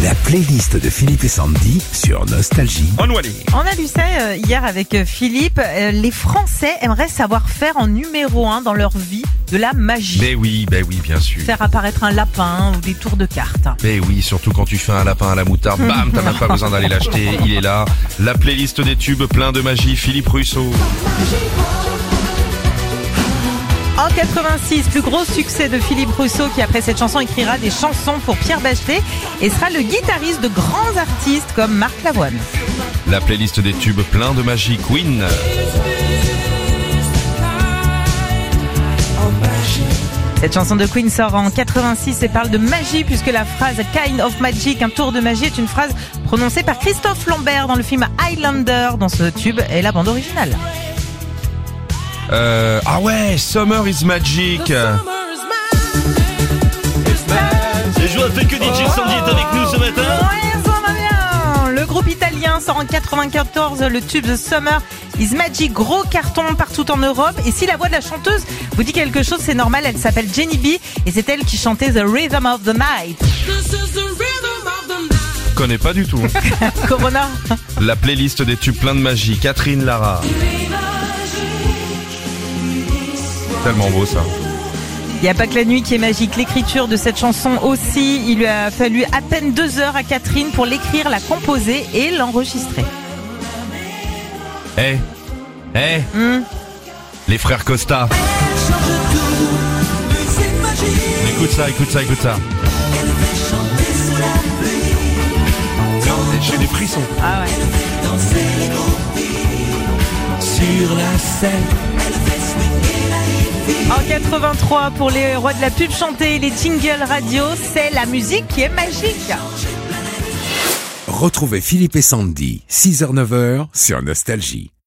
La playlist de Philippe et Sandy sur Nostalgie. On a lu ça hier avec Philippe. Les Français aimeraient savoir faire en numéro 1 dans leur vie de la magie. Ben oui, bien sûr. Faire apparaître un lapin ou des tours de cartes. Ben oui, surtout quand tu fais un lapin à la moutarde, bam, t'as même pas besoin d'aller l'acheter, il est là. La playlist des tubes plein de magie, Philippe Rousseau. En 86, plus gros succès de Philippe Rousseau qui après cette chanson écrira des chansons pour Pierre Bachelet et sera le guitariste de grands artistes comme Marc Lavoine. La playlist des tubes plein de magie, Queen. Cette chanson de Queen sort en 86 et parle de magie puisque la phrase « kind of magic », un tour de magie, est une phrase prononcée par Christophe Lambert dans le film Highlander, dont ce tube est la bande originale. Ah ouais, Summer is Magic. Et je vois que DJ Sandy est avec nous ce matin. Ouais, ça va bien. Le groupe italien sort en 94 le tube The Summer is Magic, gros carton partout en Europe. Et si la voix de la chanteuse vous dit quelque chose, c'est normal, elle s'appelle Jenny B et c'est elle qui chantait The Rhythm of the Night. Je connais pas du tout. Corona. La playlist des tubes plein de magie, Catherine Lara. Tellement beau ça. Il n'y a pas que la nuit qui est magique, l'écriture de cette chanson aussi. Il lui a fallu à peine 2 heures à Catherine pour l'écrire, la composer et l'enregistrer. Les frères Costa. Écoute ça. J'ai des frissons. Ah ouais. Sur la scène. En 83, pour les rois de la pub chanter les jingles radio, c'est la musique qui est magique. Retrouvez Philippe et Sandy, 6h-9h sur Nostalgie.